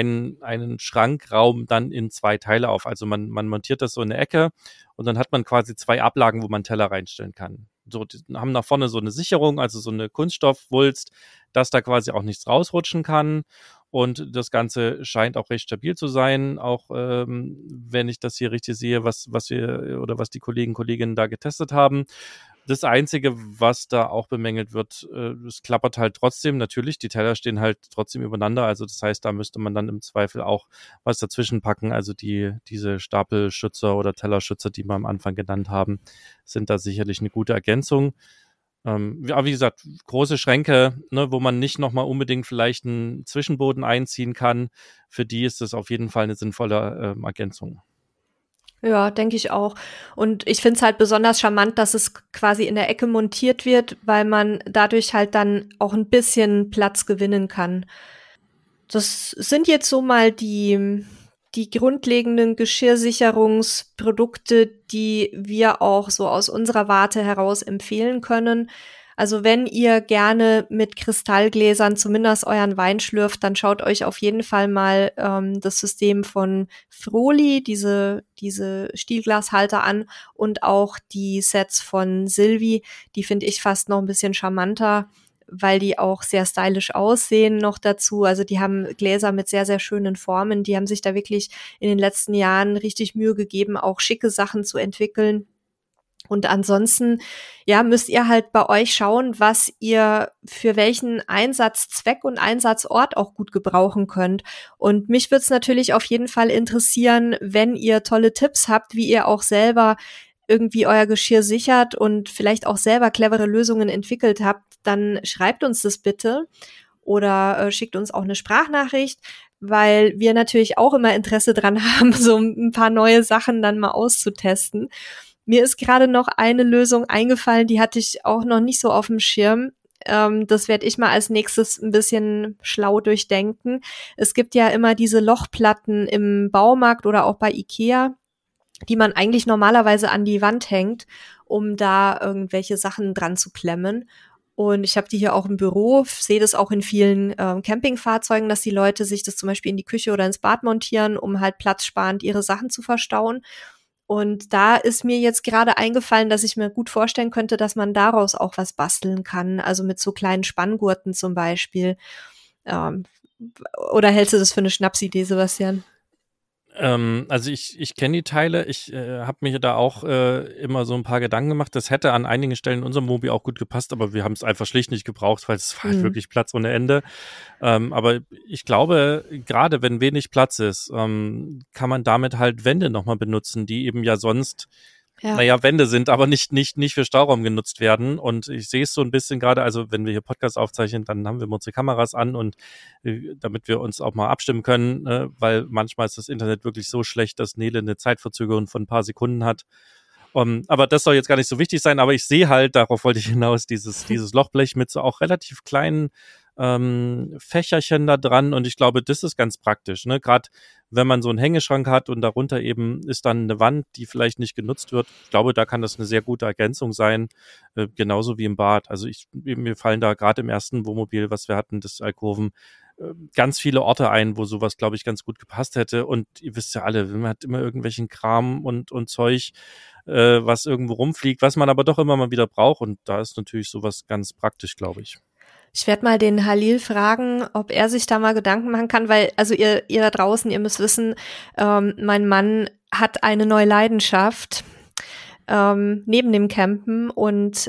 Schrankraum dann in 2 Teile auf. Also man montiert das so in der Ecke und dann hat man quasi 2 Ablagen, wo man Teller reinstellen kann. So, die haben nach vorne so eine Sicherung, also so eine Kunststoffwulst, dass da quasi auch nichts rausrutschen kann. Und das Ganze scheint auch recht stabil zu sein, auch wenn ich das hier richtig sehe, was die Kolleginnen da getestet haben. Das Einzige, was da auch bemängelt wird, es klappert halt trotzdem. Natürlich, die Teller stehen halt trotzdem übereinander. Also das heißt, da müsste man dann im Zweifel auch was dazwischen packen. Also diese Stapelschützer oder Tellerschützer, die wir am Anfang genannt haben, sind da sicherlich eine gute Ergänzung. Aber wie gesagt, große Schränke, ne, wo man nicht nochmal unbedingt vielleicht einen Zwischenboden einziehen kann, für die ist das auf jeden Fall eine sinnvolle Ergänzung. Ja, denke ich auch. Und ich finde es halt besonders charmant, dass es quasi in der Ecke montiert wird, weil man dadurch halt dann auch ein bisschen Platz gewinnen kann. Das sind jetzt so mal die grundlegenden Geschirrsicherungsprodukte, die wir auch so aus unserer Warte heraus empfehlen können. Also wenn ihr gerne mit Kristallgläsern zumindest euren Wein schlürft, dann schaut euch auf jeden Fall mal das System von Froli, diese Stielglashalter an und auch die Sets von Silvi. Die finde ich fast noch ein bisschen charmanter, weil die auch sehr stylisch aussehen noch dazu. Also die haben Gläser mit sehr, sehr schönen Formen. Die haben sich da wirklich in den letzten Jahren richtig Mühe gegeben, auch schicke Sachen zu entwickeln. Und ansonsten, ja, müsst ihr halt bei euch schauen, was ihr für welchen Einsatzzweck und Einsatzort auch gut gebrauchen könnt. Und mich würde es natürlich auf jeden Fall interessieren, wenn ihr tolle Tipps habt, wie ihr auch selber irgendwie euer Geschirr sichert und vielleicht auch selber clevere Lösungen entwickelt habt, dann schreibt uns das bitte oder schickt uns auch eine Sprachnachricht, weil wir natürlich auch immer Interesse dran haben, so ein paar neue Sachen dann mal auszutesten. Mir ist gerade noch eine Lösung eingefallen, die hatte ich auch noch nicht so auf dem Schirm. Das werde ich mal als nächstes ein bisschen schlau durchdenken. Es gibt ja immer diese Lochplatten im Baumarkt oder auch bei IKEA, die man eigentlich normalerweise an die Wand hängt, um da irgendwelche Sachen dran zu klemmen. Und ich habe die hier auch im Büro, sehe das auch in vielen Campingfahrzeugen, dass die Leute sich das zum Beispiel in die Küche oder ins Bad montieren, um halt platzsparend ihre Sachen zu verstauen. Und da ist mir jetzt gerade eingefallen, dass ich mir gut vorstellen könnte, dass man daraus auch was basteln kann. Also mit so kleinen Spanngurten zum Beispiel. Oder hältst du das für eine Schnapsidee, Sebastian? Also ich kenne die Teile. Ich habe mir da auch immer so ein paar Gedanken gemacht. Das hätte an einigen Stellen in unserem Mobil auch gut gepasst, aber wir haben es einfach schlicht nicht gebraucht, weil es war halt wirklich Platz ohne Ende. Aber ich glaube, gerade wenn wenig Platz ist, kann man damit halt Wände nochmal benutzen, die eben ja sonst Wände sind, aber nicht für Stauraum genutzt werden. Und ich sehe es so ein bisschen gerade, also wenn wir hier Podcasts aufzeichnen, dann haben wir unsere Kameras an und damit wir uns auch mal abstimmen können, weil manchmal ist das Internet wirklich so schlecht, dass Nele eine Zeitverzögerung von ein paar Sekunden hat. Aber das soll jetzt gar nicht so wichtig sein, aber ich sehe halt, darauf wollte ich hinaus, dieses Lochblech mit so auch relativ kleinen Fächerchen da dran und ich glaube, das ist ganz praktisch, ne? Gerade wenn man so einen Hängeschrank hat und darunter eben ist dann eine Wand, die vielleicht nicht genutzt wird. Ich glaube, da kann das eine sehr gute Ergänzung sein, genauso wie im Bad. Also mir fallen da gerade im ersten Wohnmobil, was wir hatten, das Alkoven, ganz viele Orte ein, wo sowas, glaube ich, ganz gut gepasst hätte. Und ihr wisst ja alle, man hat immer irgendwelchen Kram und Zeug, was irgendwo rumfliegt, was man aber doch immer mal wieder braucht. Und da ist natürlich sowas ganz praktisch, glaube ich. Ich werde mal den Halil fragen, ob er sich da mal Gedanken machen kann, weil, also ihr da draußen, ihr müsst wissen, mein Mann hat eine neue Leidenschaft neben dem Campen und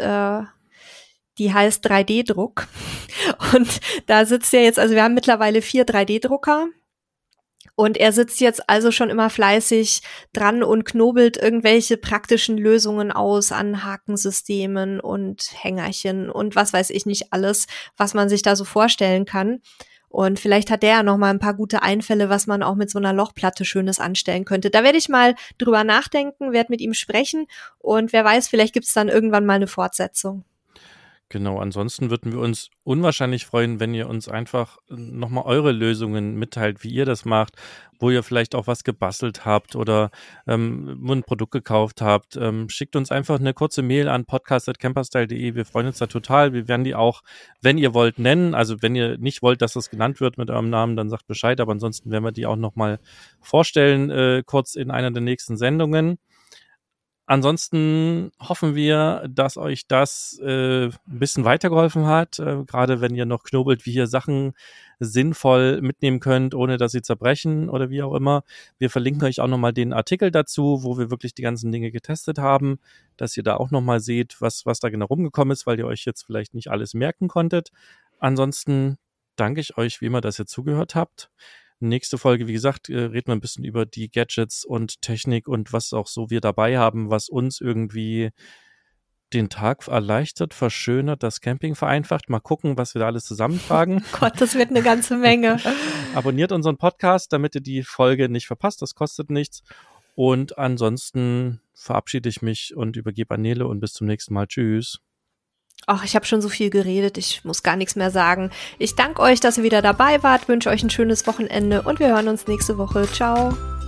die heißt 3D-Druck. Und da sitzt er jetzt, also wir haben mittlerweile 4 3D-Drucker. Und er sitzt jetzt also schon immer fleißig dran und knobelt irgendwelche praktischen Lösungen aus an Hakensystemen und Hängerchen und was weiß ich nicht alles, was man sich da so vorstellen kann. Und vielleicht hat der ja noch mal ein paar gute Einfälle, was man auch mit so einer Lochplatte Schönes anstellen könnte. Da werde ich mal drüber nachdenken, werde mit ihm sprechen und wer weiß, vielleicht gibt's dann irgendwann mal eine Fortsetzung. Genau, ansonsten würden wir uns unwahrscheinlich freuen, wenn ihr uns einfach nochmal eure Lösungen mitteilt, wie ihr das macht, wo ihr vielleicht auch was gebastelt habt oder ein Produkt gekauft habt. Schickt uns einfach eine kurze Mail an podcast@camperstyle.de. Wir freuen uns da total. Wir werden die auch, wenn ihr wollt, nennen. Also wenn ihr nicht wollt, dass das genannt wird mit eurem Namen, dann sagt Bescheid. Aber ansonsten werden wir die auch nochmal vorstellen, kurz in einer der nächsten Sendungen. Ansonsten hoffen wir, dass euch das ein bisschen weitergeholfen hat, gerade wenn ihr noch knobelt, wie ihr Sachen sinnvoll mitnehmen könnt, ohne dass sie zerbrechen oder wie auch immer. Wir verlinken euch auch nochmal den Artikel dazu, wo wir wirklich die ganzen Dinge getestet haben, dass ihr da auch nochmal seht, was da genau rumgekommen ist, weil ihr euch jetzt vielleicht nicht alles merken konntet. Ansonsten danke ich euch, wie immer, dass ihr zugehört habt. Nächste Folge, wie gesagt, reden wir ein bisschen über die Gadgets und Technik und was auch so wir dabei haben, was uns irgendwie den Tag erleichtert, verschönert, das Camping vereinfacht. Mal gucken, was wir da alles zusammentragen. Oh Gott, das wird eine ganze Menge. Abonniert unseren Podcast, damit ihr die Folge nicht verpasst. Das kostet nichts. Und ansonsten verabschiede ich mich und übergebe an Nele und bis zum nächsten Mal. Tschüss. Ach, ich habe schon so viel geredet, ich muss gar nichts mehr sagen. Ich danke euch, dass ihr wieder dabei wart, wünsche euch ein schönes Wochenende und wir hören uns nächste Woche. Ciao.